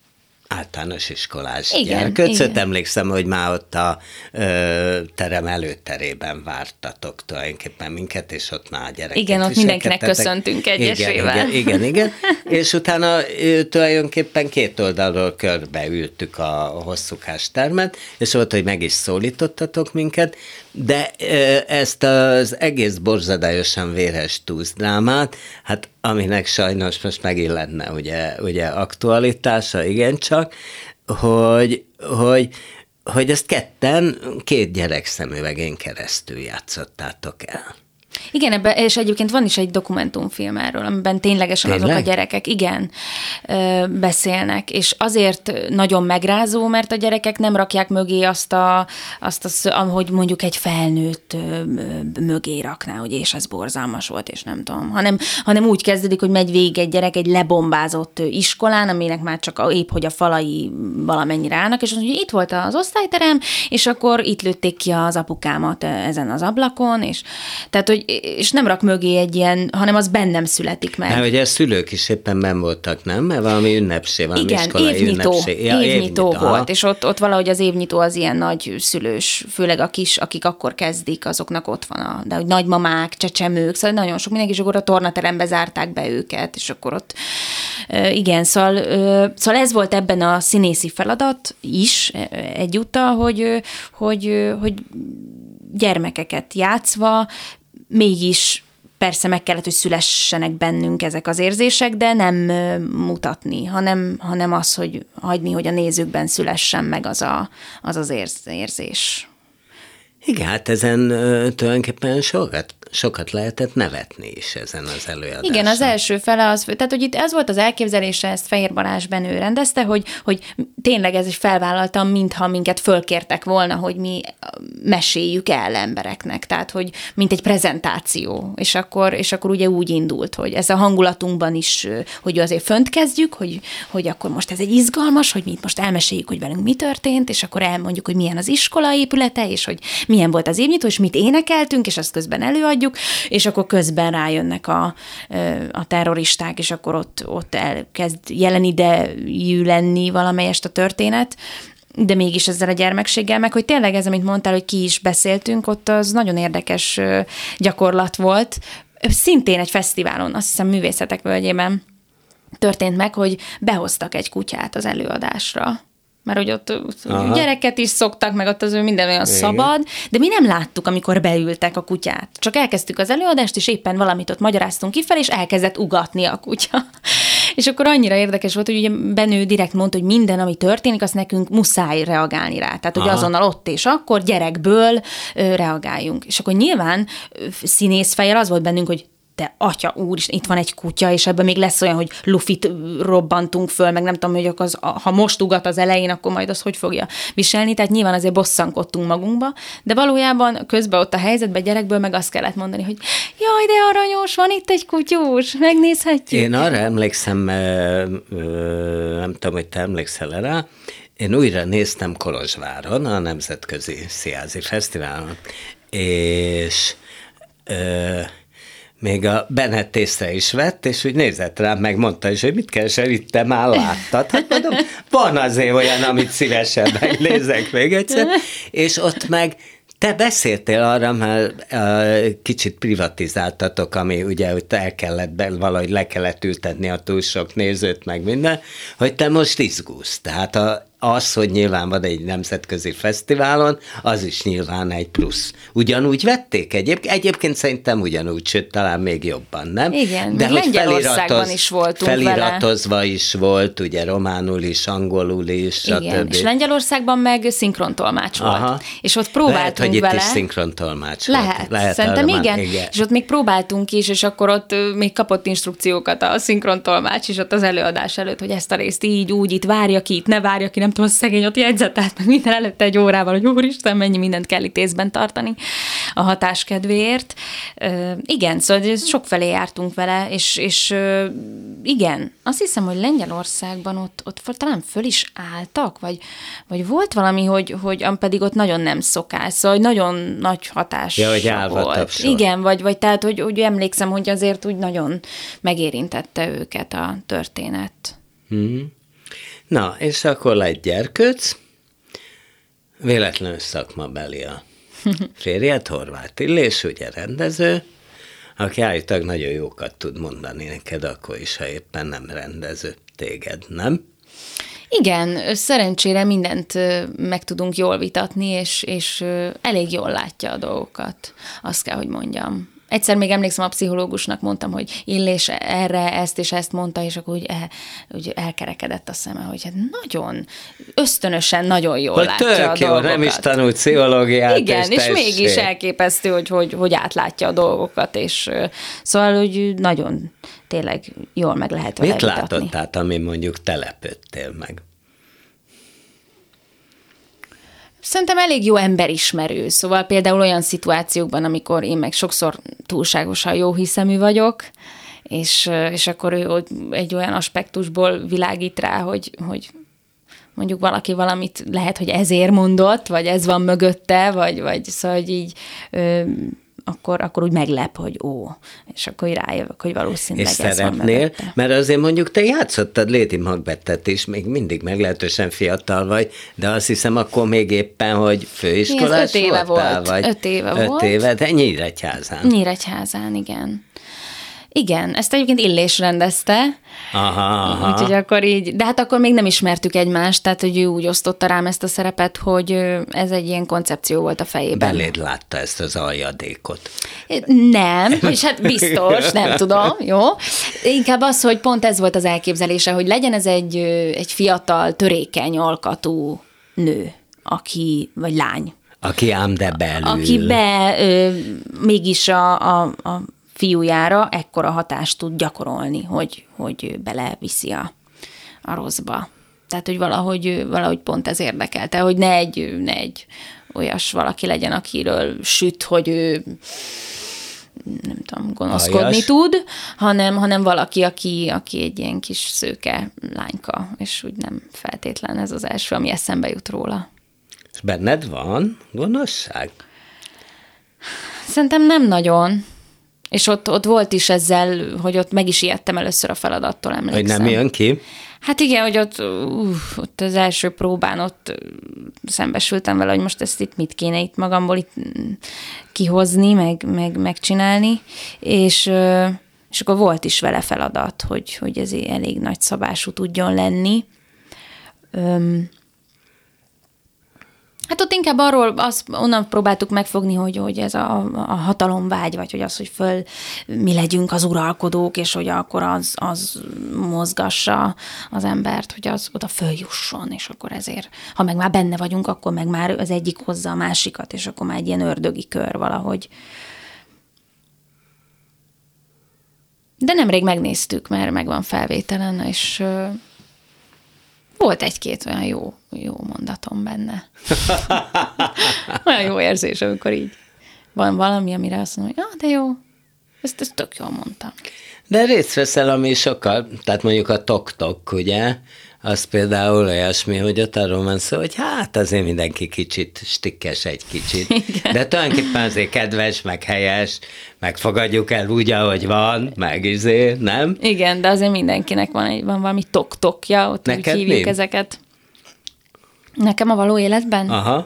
általános iskolás gyerkőcöt. Emlékszem, hogy már ott a terem előterében vártatok tulajdonképpen minket, és ott már a gyerekek. Igen, ott mindenkinek köszöntünk egyesével. Igen. És utána tulajdonképpen két oldalról körbeültük a hosszúkás termet, és volt, hogy meg is szólítottatok minket, de ezt az egész borzadályosan véres túzdrámát, hát aminek sajnos most megint lenne ugye aktualitása, igencsak, hogy ezt ketten két gyerek szemüvegén keresztül játszottátok el. Igen, és egyébként van is egy dokumentumfilm erről, amiben ténylegesen azok a gyerekek, beszélnek, és azért nagyon megrázó, mert a gyerekek nem rakják mögé azt, ahogy mondjuk egy felnőtt mögé rakná, hogy és ez borzalmas volt, és nem tudom, hanem úgy kezdődik, hogy megy végig egy gyerek egy lebombázott iskolán, aminek már csak épp, hogy a falai valamennyire állnak, és mondja, hogy itt volt az osztályterem, és akkor itt lőtték ki az apukámat ezen az ablakon, és tehát, hogy és nem rak mögé egy ilyen, hanem az bennem születik meg. Hát ugye a szülők is éppen benn voltak, nem? Mert valami ünnepség, valami igen, iskolai ünnepség. Évnyitó volt, és ott valahogy az évnyitó az ilyen nagy szülős, főleg akik akkor kezdik, azoknak ott van de hogy nagymamák, csecsemők, szóval nagyon sok mindenki, és akkor a tornaterembe zárták be őket, és akkor ott igen, szóval ez volt ebben a színészi feladat is egyúttal, hogy gyermekeket játszva mégis persze meg kellett, hogy szülessenek bennünk ezek az érzések, de nem mutatni, hanem az, hogy hagyni, hogy a nézőkben szülessen meg az érzés. Igen, hát ezen tulajdonképpen sokat lehetett nevetni is ezen az előadáson. Igen, az első fele az, tehát hogy itt ez volt az elképzelése, ezt Fehér Balázs Benő rendezte, hogy tényleg ez is felvállaltam, mintha minket fölkértek volna, hogy mi meséljük el embereknek, tehát hogy mint egy prezentáció, és akkor ugye úgy indult, hogy ez a hangulatunkban is, hogy azért fönt kezdjük, hogy akkor most ez egy izgalmas, hogy mi itt most elmeséljük, hogy velünk mi történt, és akkor elmondjuk, hogy milyen az iskola épülete, és hogy milyen volt az évnyitó, és mit énekeltünk, és azt közben előadjuk, és akkor közben rájönnek a terroristák, és akkor ott elkezd jelen idejű lenni valamelyest a történet, de mégis ezzel a gyermekséggel, meg hogy tényleg ez, amit mondtál, hogy ki is beszéltünk, ott az nagyon érdekes gyakorlat volt. Szintén egy fesztiválon, azt hiszem Művészetek Völgyében történt meg, hogy behoztak egy kutyát az előadásra. Mert hogy ott gyereket is szoktak, meg ott az minden olyan szabad, de mi nem láttuk, amikor beültek a kutyát. Csak elkezdtük az előadást, és éppen valamit ott magyaráztunk kifelé, és elkezdett ugatni a kutya. És akkor annyira érdekes volt, hogy ugye Benő direkt mondta, hogy minden, ami történik, azt nekünk muszáj reagálni rá. Tehát, hogy azonnal ott és akkor gyerekből reagáljunk. És akkor nyilván színészfejjel az volt bennünk, hogy de atya úr, itt van egy kutya, és ebben még lesz olyan, hogy lufit robbantunk föl, meg nem tudom, hogy ha most ugat az elején, akkor majd az hogy fogja viselni, tehát nyilván azért bosszankodtunk magunkba, de valójában közben ott a helyzetben gyerekből meg azt kellett mondani, hogy jaj, de aranyos, van itt egy kutyus, megnézhetjük. Én arra emlékszem, nem tudom, hogy te emlékszel rá, én újra néztem Kolozsváron, a Nemzetközi Színházi Fesztiválon, és még a Bennett észre is vett, és úgy nézett rám, megmondta is, hogy mit keresel itt, te már láttad. Hát mondom, van azért olyan, amit szívesen megnézek még egyszer. És ott meg te beszéltél arra, mert kicsit privatizáltatok, ami ugye, hogy el kellett, valahogy le kellett ültetni a túl sok nézőt, meg minden, hogy te most izgulsz. Tehát az, hogy nyilván van egy nemzetközi fesztiválon, az is nyilván egy plusz. Ugyanúgy vették egyébként szerintem ugyanúgy, sőt, talán még jobban, nem? Igen, de hogy Lengyelországban is voltunk feliratozva vele. is volt, ugye románul is, angolul is, igen, és Lengyelországban meg szinkrontolmács volt. És ott próbáltunk lehet, hogy vele. Itt is szinkrontolmács lehet szerintem igen. És ott még próbáltunk is, és akkor ott még kapott instrukciókat a szinkrontolmács is ott az előadás előtt, hogy ezt a részt így, úgy, itt várja ki, itt ne várja ki, nem tudom, a szegény ott jegyzetelt, meg minden előtte egy órával, hogy úristen, mennyi mindent kell itt észben tartani a hatás kedvéért. Igen, szóval sokfelé jártunk vele, és igen, azt hiszem, hogy Lengyelországban ott talán föl is álltak, vagy volt valami, hogy pedig ott nagyon nem szokás, szóval nagyon nagy hatás volt. Igen, vagy tehát, hogy emlékszem, hogy azért úgy nagyon megérintette őket a történet. Na, és akkor lett gyerkőc, véletlenül szakmabeli a férjed, Horváth Illés, ugye rendező, aki állítólag nagyon jókat tud mondani neked, akkor is, ha éppen nem rendező téged, nem? Igen, szerencsére mindent meg tudunk jól vitatni, és elég jól látja a dolgokat, azt kell, hogy mondjam. Egyszer még emlékszem, a pszichológusnak mondtam, hogy Illés erre ezt és ezt mondta, és akkor úgy elkerekedett a szeme, hogy hát nagyon ösztönösen, nagyon jól hogy látja a dolgokat. Nem is tanult pszichológiát. Igen, és mégis elképesztő, hogy átlátja a dolgokat, és szóval, hogy nagyon tényleg jól meg lehet vele vitatni. Mit látott át, ami mondjuk telepődtél meg? Szerintem elég jó emberismerő, szóval például olyan szituációkban, amikor én meg sokszor túlságosan jó hiszemű vagyok, és akkor ő egy olyan aspektusból világít rá, hogy mondjuk valaki valamit lehet, hogy ezért mondott, vagy ez van mögötte, vagy szóval, hogy így akkor úgy meglep, hogy és akkor rájövök, hogy valószínűleg ez van mögötte. Mert azért mondjuk te játszottad Lady Macbethet is, még mindig meglehetősen fiatal vagy, de azt hiszem akkor még éppen, hogy főiskolás voltál? 5 éve volt. 5 éve, de Nyíregyházán. Nyíregyházán, igen. Igen, ezt egyébként Illés rendezte, aha. Úgyhogy akkor így, de hát akkor még nem ismertük egymást, tehát hogy ő úgy osztotta rám ezt a szerepet, hogy ez egy ilyen koncepció volt a fejében. Beléd látta ezt az aljadékot. Nem, és hát biztos, nem tudom, jó. Inkább az, hogy pont ez volt az elképzelése, hogy legyen ez egy fiatal, törékeny alkatú nő, vagy lány. Aki ám de belül. Aki mégis a fiújára ekkora hatást tud gyakorolni, hogy beleviszi a rosszba. Tehát, hogy valahogy pont ez érdekelte, hogy ne egy olyas valaki legyen, akiről süt, hogy ő nem tudom, gonoszkodni tud, hanem valaki, aki egy ilyen kis szőke lányka, és úgy nem feltétlen ez az első, ami eszembe jut róla. És benned van gonoszság? Szerintem nem nagyon. És ott volt is ezzel, hogy ott meg is ijedtem először a feladattól, emlékszem. Hogy nem jön ki? Hát igen, hogy ott az első próbán ott szembesültem vele, hogy most ezt itt mit kéne itt magamból itt kihozni, meg megcsinálni, és akkor volt is vele feladat, hogy ez elég nagy szabású tudjon lenni. Hát ott inkább onnan próbáltuk megfogni, hogy ez a hatalomvágy, vagy hogy az, hogy mi legyünk az uralkodók, és hogy akkor az mozgassa az embert, hogy az oda följusson, és akkor ezért, ha meg már benne vagyunk, akkor meg már az egyik hozza a másikat, és akkor már egy ilyen ördögi kör valahogy. De nemrég megnéztük, mert megvan felvételen, és volt egy-két olyan jó mondatom benne. Olyan jó érzés, amikor így van valami, amire azt mondom, hogy de jó, ezt tök jól mondtam. De részt veszel, ami sokkal, tehát mondjuk a tok-tok, ugye, az például olyasmi, hogy ott arról van szó, hogy hát azért mindenki kicsit stikkes egy kicsit. Igen. De tulajdonképpen azért kedves, meg helyes, meg fogadjuk el úgy, ahogy van, meg nem? Igen, de azért mindenkinek van valami tok-tokja, ott neked úgy hívjuk ezeket. Nekem a való életben? Aha.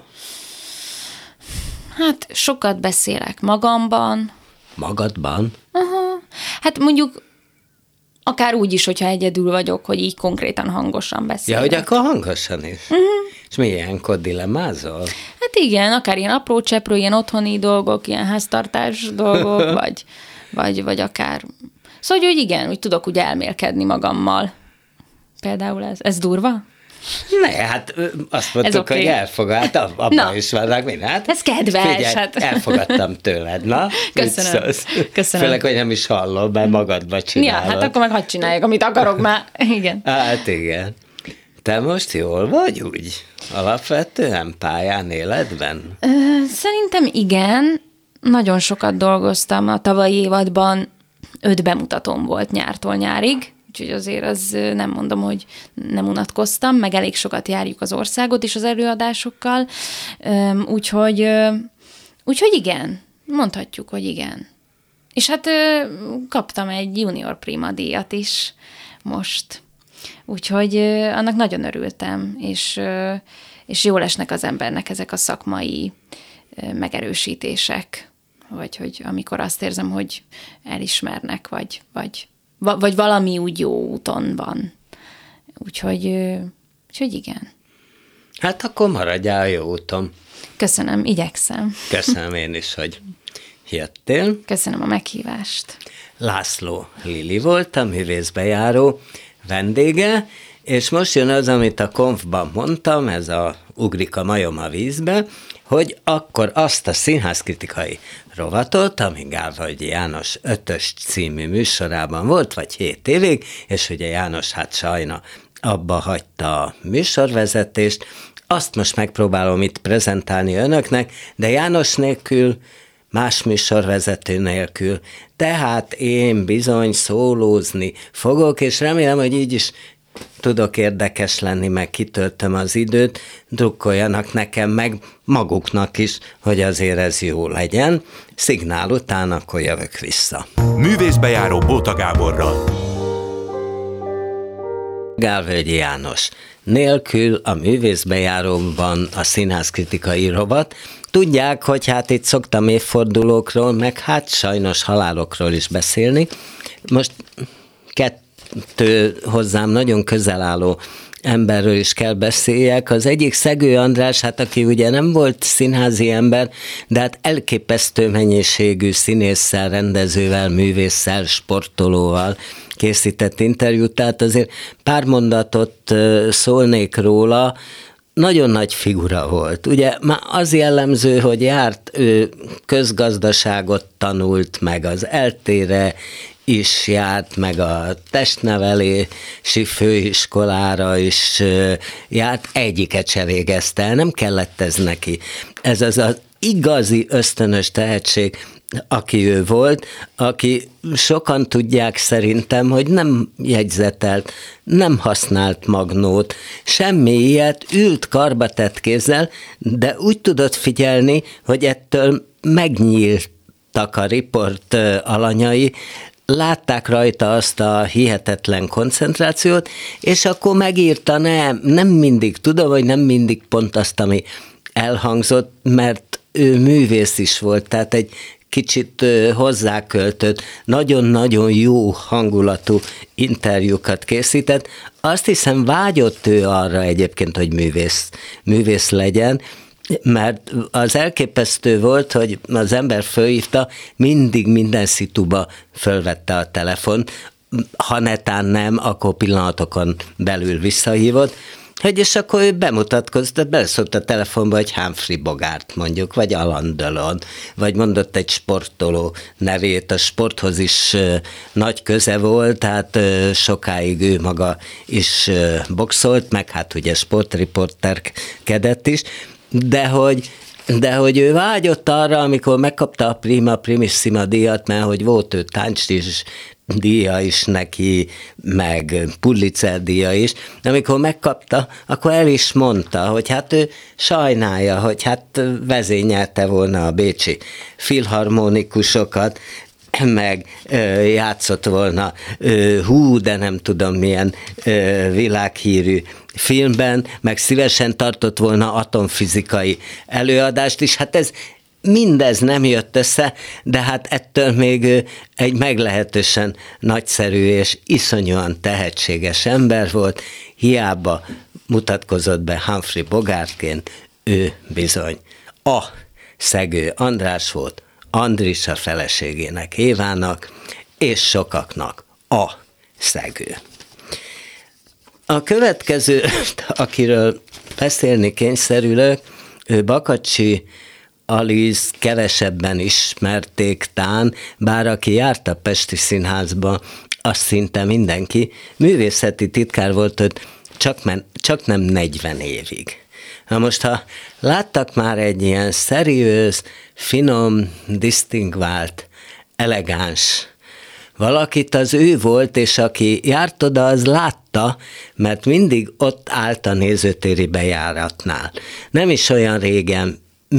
Hát sokat beszélek magamban. Magadban? Aha. Hát mondjuk akár úgy is, hogyha egyedül vagyok, hogy így konkrétan hangosan beszélek. Ja, hogy akkor hangosan is. Uh-huh. És mi ilyenkor dilemmázol? Hát igen, akár ilyen apró cseprő, ilyen otthoni dolgok, ilyen háztartás dolgok, vagy akár. Szóval, hogy igen, úgy tudok úgy elmélkedni magammal. Például ez durva? Ne, hát azt mondtuk, hogy elfogad, abban is vannak minden. Hát, ez kedves. Figyelj, hát. Elfogadtam tőled, na? Köszönöm. Főleg, hogy nem is hallom, mert magadba csinálod. Ja, hát akkor meg hadd csináljak, amit akarok már. Igen. Hát igen. Te most jól vagy úgy? Alapvetően pályán, életben? Szerintem igen. Nagyon sokat dolgoztam a tavalyi évadban. 5 bemutatóm volt nyártól nyárig. Úgyhogy azért az nem mondom, hogy nem unatkoztam, meg elég sokat járjuk az országot is az előadásokkal, úgyhogy igen, mondhatjuk, hogy igen. És hát kaptam egy junior prima díjat is most. Úgyhogy annak nagyon örültem, és jól esnek az embernek ezek a szakmai megerősítések, vagy hogy amikor azt érzem, hogy elismernek, vagy valami úgy jó úton van. Úgyhogy igen. Hát akkor maradjál jó úton. Köszönöm, igyekszem. Köszönöm én is, hogy jöttél. Köszönöm a meghívást. László Lili volt a művészbejáró vendége, és most jön az, amit a konfban mondtam, ez a ugrik a majom a vízbe, hogy akkor azt a színházkritikai rovatot, ami Gálvölgyi János 5-ös című műsorában volt, vagy 7 évig, és ugye János hát sajna abba hagyta a műsorvezetést, azt most megpróbálom itt prezentálni önöknek, de János nélkül, más műsorvezető nélkül, tehát én bizony szólózni fogok, és remélem, hogy így is tudok érdekes lenni, meg kitöltöm az időt, drukkoljanak nekem, meg maguknak is, hogy azért ez jó legyen. Szignál után, akkor jövök vissza. Művészbejáró Bóta Gáborral. Gálvölgyi János nélkül a művészbejáróban a színházkritikai rovat. Tudják, hogy hát itt szoktam évfordulókról, meg hát sajnos halálokról is beszélni. Most kettő hozzám nagyon közel álló emberről is kell beszéljek. Az egyik Szegő András, hát aki ugye nem volt színházi ember, de hát elképesztő mennyiségű színésszel, rendezővel, művésszel, sportolóval készített interjút, tehát azért pár mondatot szólnék róla. Nagyon nagy figura volt. Ugye már az jellemző, hogy ő közgazdaságot tanult, meg az eltére is járt, meg a testnevelési főiskolára is járt, egyiket se végezte el, nem kellett ez neki. Ez az igazi ösztönös tehetség, aki ő volt, aki sokan tudják szerintem, hogy nem jegyzetelt, nem használt magnót, semmi ilyet, ült karbatett kézzel, de úgy tudott figyelni, hogy ettől megnyíltak a riport alanyai, látták rajta azt a hihetetlen koncentrációt, és akkor megírta, nem mindig tudom, hogy nem mindig pont azt, ami elhangzott, mert ő művész is volt, tehát egy kicsit hozzáköltött, nagyon-nagyon jó hangulatú interjúkat készített. Azt hiszem vágyott ő arra egyébként, hogy művész legyen, mert az elképesztő volt, hogy az ember fölhívta, mindig minden szituba fölvette a telefon, ha netán nem, akkor pillanatokon belül visszahívott, hogy és akkor ő bemutatkozott, beleszólt a telefonba, hogy Humphrey Bogart mondjuk, vagy Alain Delon, vagy mondott egy sportoló nevét, a sporthoz is nagy köze volt, tehát sokáig ő maga is boxolt, meg hát ugye sportriporterkedett is, de hogy ő vágyott arra, amikor megkapta a Prima Primissima díjat, mert hogy volt ő táncsis díja is neki, meg Pulitzer díja is, de amikor megkapta, akkor el is mondta, hogy hát ő sajnálja, hogy hát vezényelte volna a bécsi filharmonikusokat, meg játszott volna de nem tudom milyen világhírű filmben, meg szívesen tartott volna atomfizikai előadást is, hát mindez nem jött össze, de hát ettől még egy meglehetősen nagyszerű és iszonyúan tehetséges ember volt, hiába mutatkozott be Humphrey Bogartként, ő bizony a Szegő András volt, Andris a feleségének Évának, és sokaknak a Szegő. A következő, akiről beszélni kényszerülök, ő Bakacsi Aliz, kevesebben ismerték tán, bár aki járt a Pesti Színházba, az szinte mindenki, művészeti titkár volt ott csak nem 40 évig. Na most, ha láttak már egy ilyen szeriőz, finom, disztingvált, elegáns valakit, az ő volt, és aki járt oda, az látta, mert mindig ott állt a nézőtéri bejáratnál. Nem is olyan régen,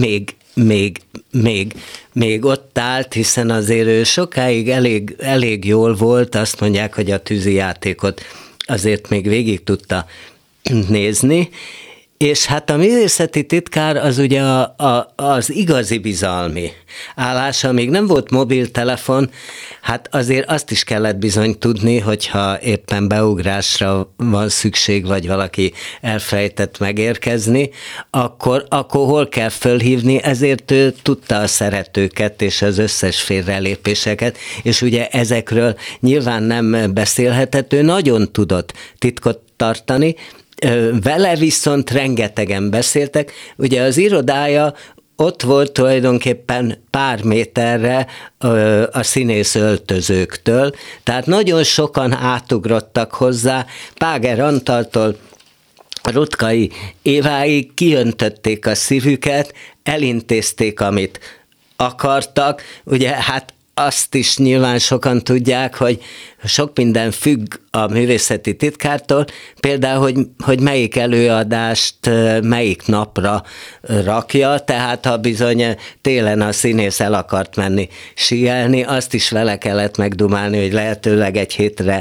még ott állt, hiszen azért ő sokáig elég jól volt, azt mondják, hogy a tűzijátékot azért még végig tudta nézni, és hát a művészeti titkár az ugye az igazi bizalmi állása, még nem volt mobiltelefon, hát azért azt is kellett bizony tudni, hogyha éppen beugrásra van szükség, vagy valaki elfelejtett megérkezni, akkor hol kell fölhívni, ezért ő tudta a szeretőket és az összes félrelépéseket, és ugye ezekről nyilván nem beszélhetett, ő nagyon tudott titkot tartani, vele viszont rengetegen beszéltek. Ugye az irodája ott volt tulajdonképpen pár méterre a színész öltözőktől, tehát nagyon sokan átugrottak hozzá, Páger Antaltól Rutkai Éváig kiöntötték a szívüket, elintézték, amit akartak. Ugye hát azt is nyilván sokan tudják, hogy sok minden függ a művészeti titkártól, például, hogy melyik előadást melyik napra rakja, tehát ha bizony télen a színész el akart menni síelni, azt is vele kellett megdumálni, hogy lehetőleg egy hétre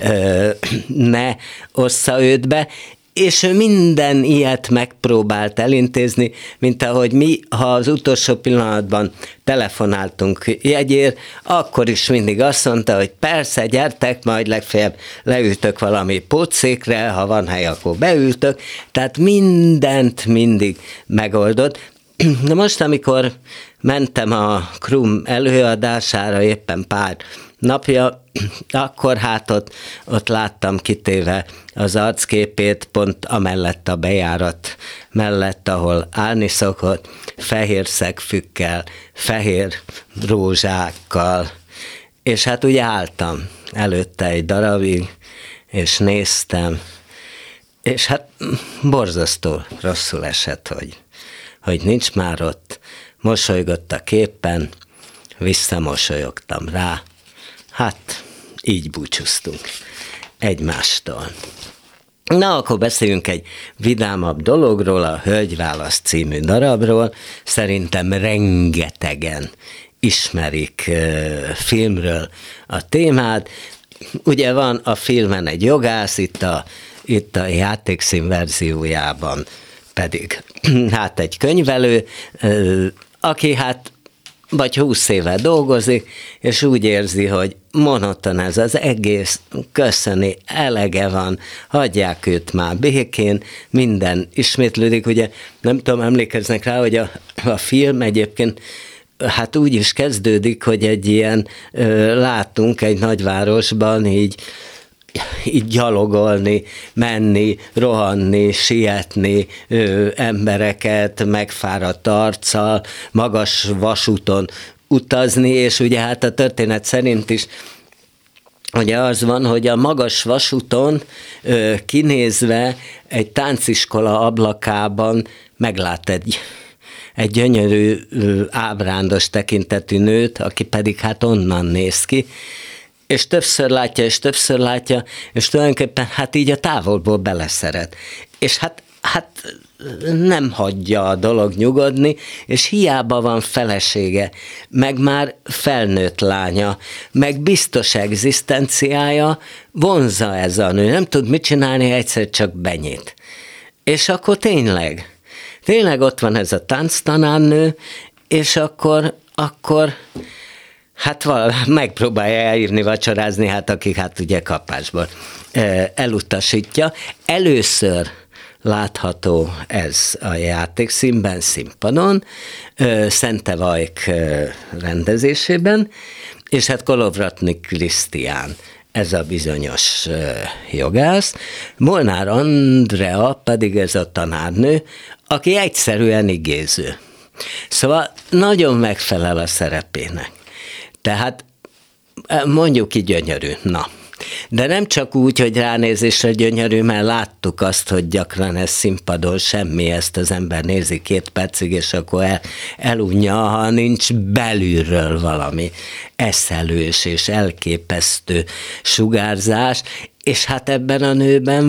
ne ossza őt be, és ő minden ilyet megpróbált elintézni, mint ahogy mi, ha az utolsó pillanatban telefonáltunk jegyért, akkor is mindig azt mondta, hogy persze, gyertek, majd legfeljebb leültök valami pótszékre, ha van hely, akkor beültök, tehát mindent mindig megoldott. Na most, amikor mentem a Krum előadására éppen pár napja, akkor hát ott láttam kitéve az arcképét, pont amellett a bejárat mellett, ahol állni szokott, fehér szegfükkel, fehér rózsákkal, és hát ugye álltam előtte egy darabig, és néztem, és hát borzasztó rosszul esett, hogy nincs már ott, mosolygott a képen, visszamosolyogtam rá, hát így búcsúztunk egymástól. Na, akkor beszéljünk egy vidámabb dologról, a Hölgyválasz című darabról. Szerintem rengetegen ismerik filmről a témát. Ugye van a filmen egy jogász, itt a játékszín verziójában pedig hát egy könyvelő, aki hát vagy 20 éve dolgozik, és úgy érzi, hogy monoton ez az egész, köszöni, elege van, hagyják őt már békén, minden ismétlődik. Ugye nem tudom, emlékeznek rá, hogy a film egyébként hát úgy is kezdődik, hogy egy ilyen látunk egy nagyvárosban így gyalogolni, menni, rohanni, sietni embereket, megfáradt arccal, magas vasúton utazni, és ugye hát a történet szerint is ugye az van, hogy a magas vasúton kinézve egy tánciskola ablakában meglát egy gyönyörű, ábrándos tekintetű nőt, aki pedig hát onnan néz ki, és többször látja, és tulajdonképpen hát így a távolból beleszeret. És hát nem hagyja a dolog nyugodni, és hiába van felesége, meg már felnőtt lánya, meg biztos egzisztenciája, vonzza ez a nő, nem tud mit csinálni, egyszer csak benyit. És akkor tényleg ott van ez a tánctanárnő, és akkor hát megpróbálja elhívni vacsorázni, hát akik hát ugye kapásból elutasítja. Először látható ez a játékszínben, színpadon, Szente Vajk rendezésében, és hát Kolovratnik Krisztián, ez a bizonyos jogász, Molnár Andrea pedig ez a tanárnő, aki egyszerűen igéző. Szóval nagyon megfelel a szerepének. Tehát mondjuk így gyönyörű, na. De nem csak úgy, hogy ránézésre gyönyörű, mert láttuk azt, hogy gyakran ez színpadon semmi, ezt az ember nézi 2 percig, és akkor elunja, ha nincs belülről valami eszelős és elképesztő sugárzás, és hát ebben a nőben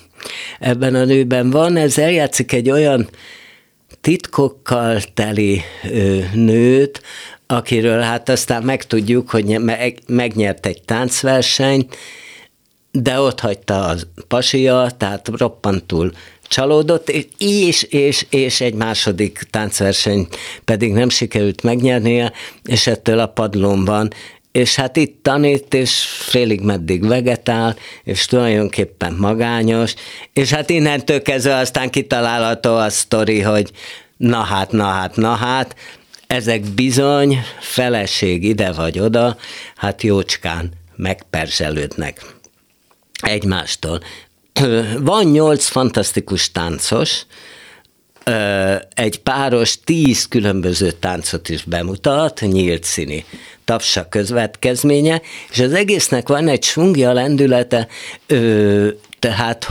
van. Ez eljátszik egy olyan titkokkal teli nőt, akiről hát aztán megtudjuk, hogy megnyert egy táncversenyt, de ott hagyta a pasia, tehát roppantul csalódott, és egy második táncverseny pedig nem sikerült megnyernie, és ettől a padlón van, és hát itt tanít, és félig meddig vegetál, és tulajdonképpen magányos, és hát innentől kezdve aztán kitalálható a sztori, hogy na hát, ezek bizony feleség ide vagy oda, hát jócskán megperzselődnek egymástól. Van 8 fantasztikus táncos, egy páros 10 különböző táncot is bemutat, nyílt színi tapsa következménye, és az egésznek van egy svungja, lendülete, tehát,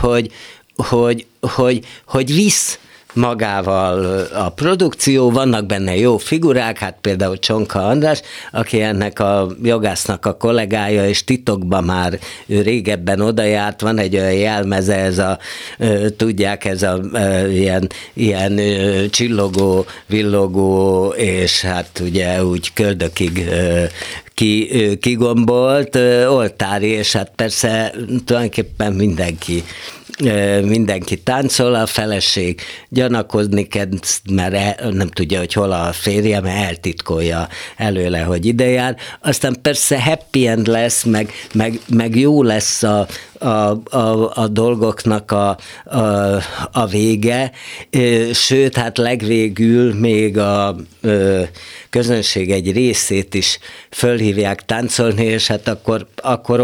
hogy visz magával a produkció, vannak benne jó figurák, hát például Csonka András, aki ennek a jogásznak a kollégája, és titokban már ő régebben odajárt, van egy olyan jelmeze, ez a, tudják, ez a ilyen csillogó, villogó, és hát ugye úgy köldökig kigombolt, oltári, és hát persze tulajdonképpen mindenki táncol, a feleség gyanakozni kezd, mert nem tudja, hogy hol a férje, mert eltitkolja előle, hogy ide jár. Aztán persze happy end lesz, meg jó lesz a dolgoknak a vége, sőt, hát legvégül még a közönség egy részét is fölhívják táncolni, és hát akkor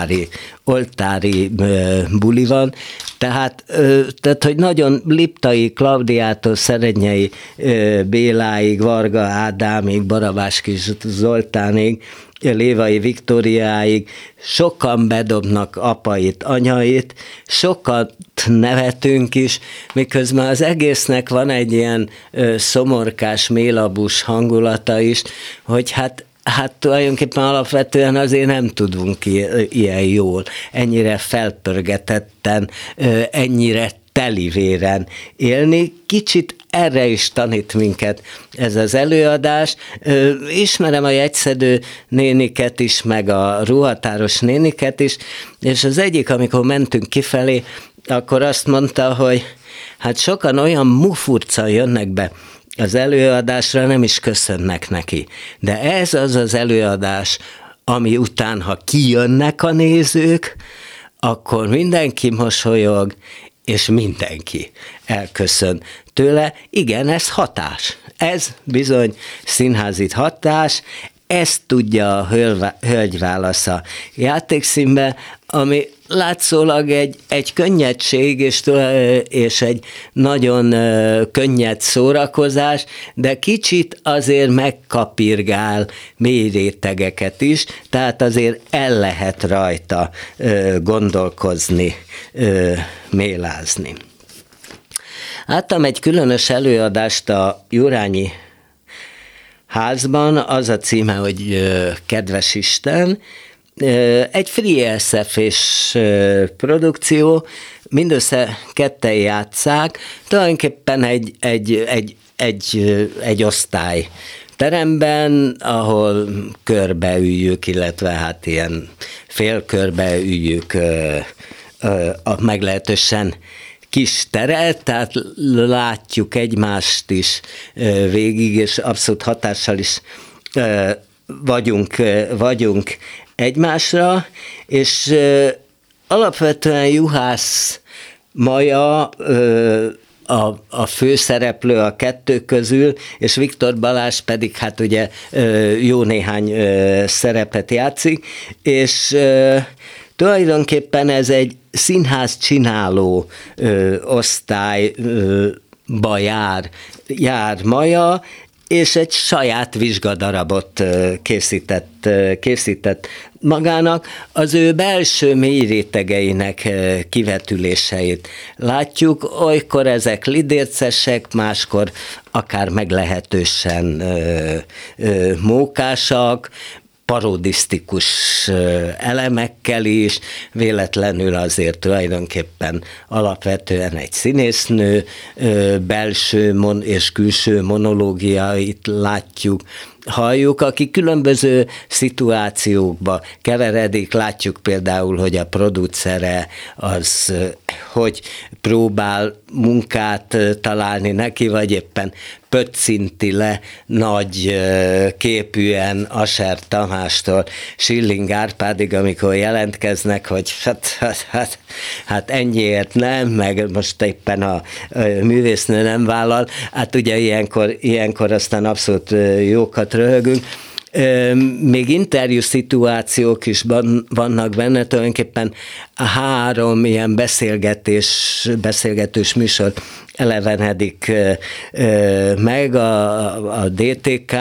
oltári buli van. Tehát, hogy nagyon Liptai Klaudiától Szerednyei Béláig, Varga Ádámig, Barabás Kis Zoltánig, Lévai Viktóriáig, sokan bedobnak apait, anyait, sokat nevetünk is, miközben az egésznek van egy ilyen szomorkás, mélabús hangulata is, hogy hát tulajdonképpen alapvetően azért nem tudunk ilyen jól, ennyire felpörgetetten, ennyire telivéren élni. Kicsit erre is tanít minket ez az előadás. Ismerem a jegyszedő néniket is, meg a ruhatáros néniket is, és az egyik, amikor mentünk kifelé, akkor azt mondta, hogy hát sokan olyan mufurcan jönnek be az előadásra, nem is köszönnek neki. De ez az előadás, ami után, ha kijönnek a nézők, akkor mindenki mosolyog, és mindenki elköszön tőle. Igen, ez hatás. Ez bizony színházi hatás, ezt tudja a hölgyválasz a játékszínbe, ami látszólag egy könnyedség és egy nagyon könnyed szórakozás, de kicsit azért megkapirgál mély rétegeket is, tehát azért el lehet rajta gondolkozni, mélázni. Láttam egy különös előadást a Jurányi házban, az a címe, hogy Kedves Isten, egy Free SF-és produkció, mindössze ketten játsszák, tulajdonképpen egy osztály teremben, ahol körbeüljük, illetve hát ilyen félkörbe üljük a meglehetősen kis teret, tehát látjuk egymást is végig, és abszolút hatással is vagyunk egymásra, és alapvetően Juhász Maja a főszereplő a kettő közül, és Viktor Balázs pedig hát ugye jó néhány szerepet játszik, és tulajdonképpen ez egy színház csináló osztályba jár Maja, és egy saját vizsgadarabot készített magának, az ő belső mély rétegeinek kivetüléseit látjuk, olykor ezek lidércesek, máskor akár meglehetősen mókásak, parodisztikus elemekkel is, véletlenül azért tulajdonképpen alapvetően egy színésznő belső és külső monológiait látjuk, halljuk, aki különböző szituációkba keveredik. Látjuk például, hogy a producere az hogy próbál munkát találni neki, vagy éppen pöccinti le nagy képűen Ascher Tamástól Schilling Árpádig, amikor jelentkeznek, hogy hát ennyiért nem, meg most éppen a művésznő nem vállal. Hát ugye ilyenkor aztán abszolút jókat röhögünk. Még interjú szituációk is vannak benne, tulajdonképpen 3 ilyen beszélgetős műsor elevenedik meg, a DTK,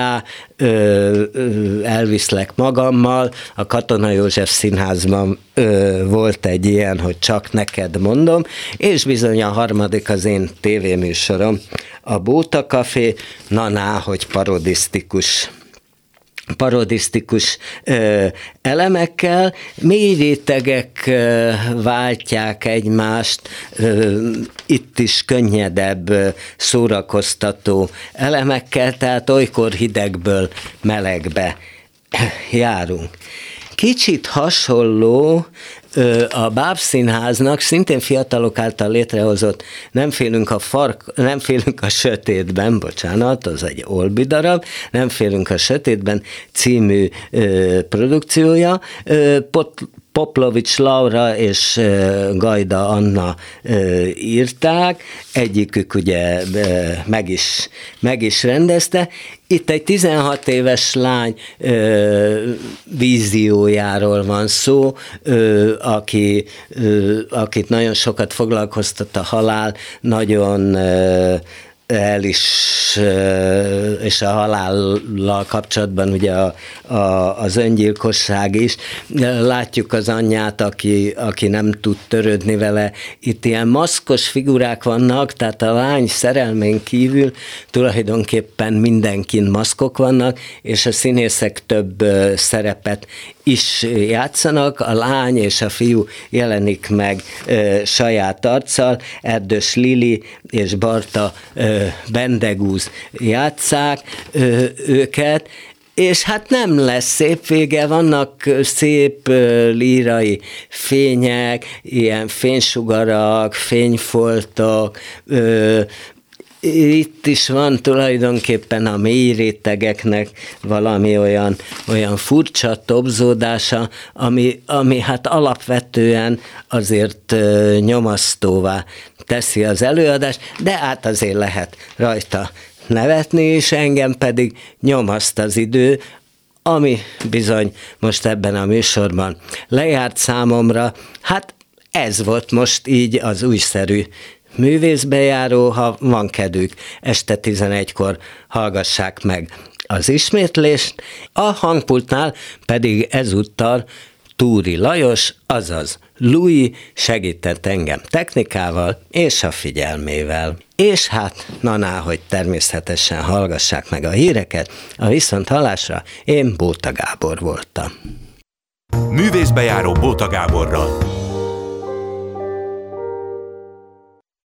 elviszlek magammal, a Katona József Színházban volt egy ilyen, hogy csak neked mondom, és bizony a 3. az én tévéműsorom, a Bóta Café, hogy parodisztikus elemekkel, mély rétegek váltják egymást, itt is könnyedebb, szórakoztató elemekkel, tehát olykor hidegből melegbe járunk. Kicsit hasonló a Bábszínháznak, szintén fiatalok által létrehozott Nem félünk a sötétben, bocsánat, az egy Olby darab, Nem félünk a sötétben című produkciója. Poplovics Laura és Gajda Anna írták, egyikük ugye meg is rendezte. Itt egy 16 éves lány víziójáról van szó, akit nagyon sokat foglalkoztat a halál, nagyon és a halállal kapcsolatban ugye az öngyilkosság is. Látjuk az anyját, aki nem tud törődni vele. Itt ilyen maszkos figurák vannak, tehát a lány szerelmén kívül tulajdonképpen mindenkin maszkok vannak, és a színészek több szerepet is játszanak, a lány és a fiú jelenik meg saját arccal, Erdős Lili és Barta Bendegúz játsszák őket, és hát nem lesz szép vége, vannak szép lírai fények, ilyen fénysugarak, fényfoltok, itt is van tulajdonképpen a mély rétegeknek valami olyan furcsa tobzódása, ami hát alapvetően azért nyomasztóvá teszi az előadást, de hát azért lehet rajta nevetni, és engem pedig nyomaszt az idő, ami bizony most ebben a műsorban lejárt számomra. Hát ez volt most így az újszerű művészbejáró, ha van kedvük, este 11-kor hallgassák meg az ismétlést, a hangpultnál pedig ezúttal Túri Lajos, azaz Louis segített engem technikával és a figyelmével. És hát, hogy természetesen hallgassák meg a híreket, a viszonthallásra én Bóta Gábor voltam. Művészbejáró Bóta Gáborral.